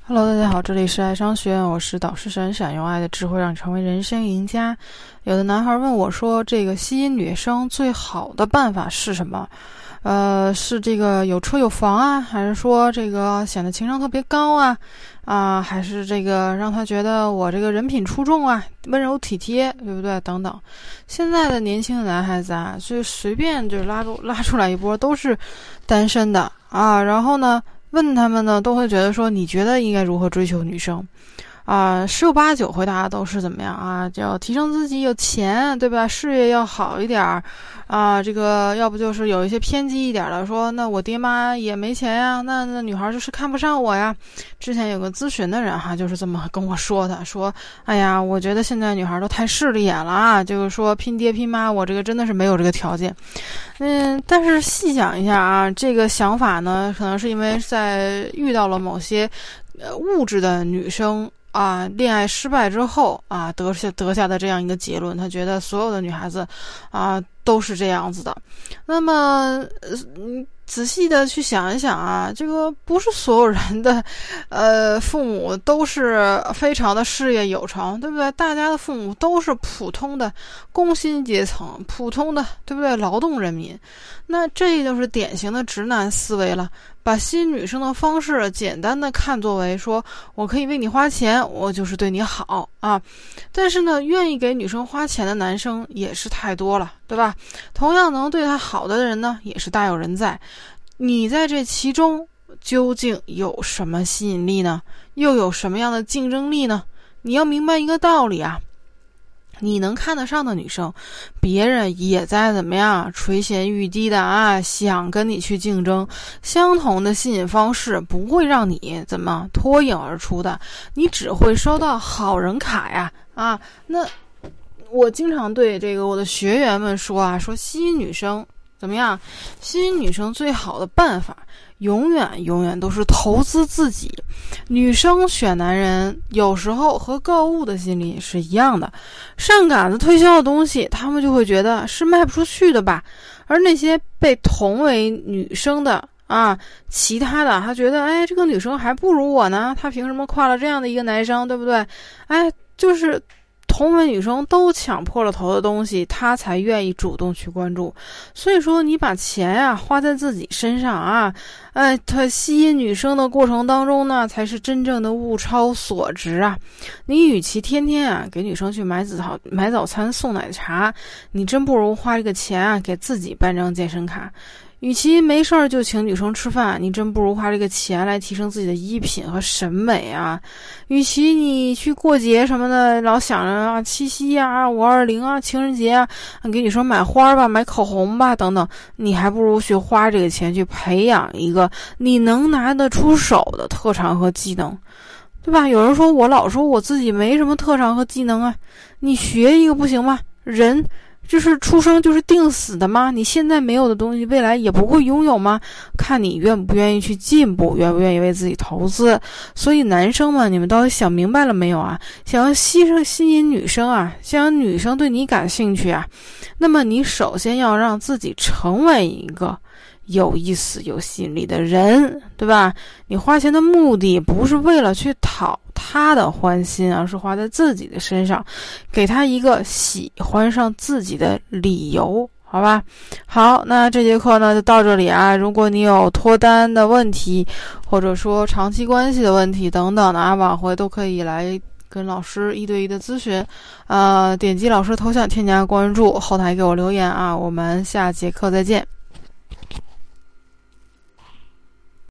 Hello， 大家好，这里是爱商学院，我是导师闪闪，用爱的智慧让你成为人生赢家。有的男孩问我说，这个吸引女生最好的办法是什么？是这个有车有房啊，还是说这个显得情商特别高啊，还是这个让他觉得我这个人品出众啊，温柔体贴，对不对？等等。现在的年轻的男孩子啊，就随便就拉出来一波都是单身的啊，然后呢，问他们呢，都会觉得说，你觉得应该如何追求女生？十有八九回答都是怎么样啊？就要提升自己，有钱，对吧？事业要好一点啊，这个要不就是有一些偏激一点的，说那我爹妈也没钱呀，那女孩就是看不上我呀。之前有个咨询的人就是这么跟我说的，说哎呀，我觉得现在女孩都太势利眼了啊，就是说拼爹拼妈，我这个真的是没有这个条件。但是细想一下啊，这个想法呢，可能是因为在遇到了某些物质的女生恋爱失败之后得下的这样一个结论，他觉得所有的女孩子都是这样子的。那么仔细的去想一想这个不是所有人的父母都是非常的事业有成，对不对？大家的父母都是普通的工薪阶层，普通的，对不对？劳动人民。那这就是典型的直男思维了，把吸引女生的方式简单的看作为说，我可以为你花钱，我就是对你好啊。但是呢，愿意给女生花钱的男生也是太多了，对吧？同样能对她好的人呢，也是大有人在。你在这其中究竟有什么吸引力呢？又有什么样的竞争力呢？你要明白一个道理你能看得上的女生，别人也在怎么样垂涎欲滴的想跟你去竞争。相同的吸引方式不会让你怎么脱颖而出的，你只会收到好人卡那我经常对这个我的学员们说吸引女生怎么样？吸引女生最好的办法永远都是投资自己。女生选男人有时候和购物的心理是一样的，上杆子推销的东西他们就会觉得是卖不出去的吧，而那些被同为女生的其他的他觉得这个女生还不如我呢，她凭什么夸了这样的一个男生，对不对？就是同为女生都抢破了头的东西，她才愿意主动去关注。所以说你把钱花在自己身上它吸引女生的过程当中呢，才是真正的物超所值你与其天天给女生去买早餐送奶茶，你真不如花这个钱给自己办张健身卡。与其没事儿就请女生吃饭，你真不如花这个钱来提升自己的衣品和审美与其你去过节什么的，老想着七夕520情人节给女生买花吧，买口红吧等等，你还不如去花这个钱去培养一个你能拿得出手的特长和技能，对吧？有人说我老说我自己没什么特长和技能你学一个不行吗？人就是出生就是定死的吗？你现在没有的东西未来也不会拥有吗？看你愿不愿意去进步，愿不愿意为自己投资。所以男生们，你们到底想明白了没有想要吸引女生想让女生对你感兴趣那么你首先要让自己成为一个有意思有吸引力的人，对吧？你花钱的目的不是为了去讨他的欢心，而是花在自己的身上，给他一个喜欢上自己的理由，好吧？好，那这节课呢就到这里如果你有脱单的问题，或者说长期关系的问题等等的往回都可以来跟老师1对1的咨询点击老师头像添加关注，后台给我留言我们下节课再见。